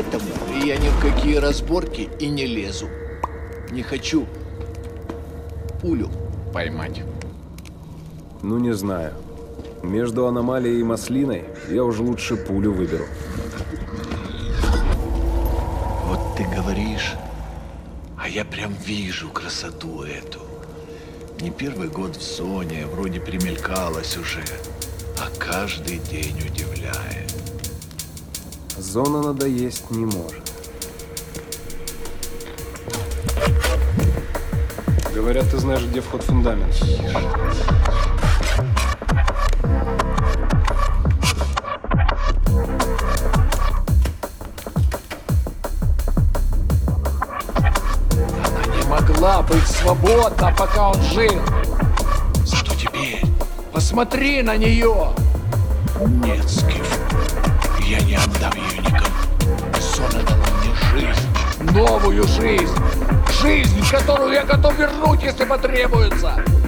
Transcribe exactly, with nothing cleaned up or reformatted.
Поэтому я ни в какие разборки и не лезу. Не хочу пулю поймать. Ну, не знаю. Между аномалией и маслиной я уже лучше пулю выберу. Вот ты говоришь, а я прям вижу красоту эту. Не первый год в зоне, вроде примелькалась уже, а каждый день удивляет. Зона надоесть не может. Говорят, ты знаешь, где вход в фундамент. Она не могла быть свободна, пока он жил. Зато теперь посмотри на нее. Нет, Скиф, я не отдам ее никому. Зона дала мне жизнь, новую жизнь. Жизнь, которую я готов вернуть, если потребуется.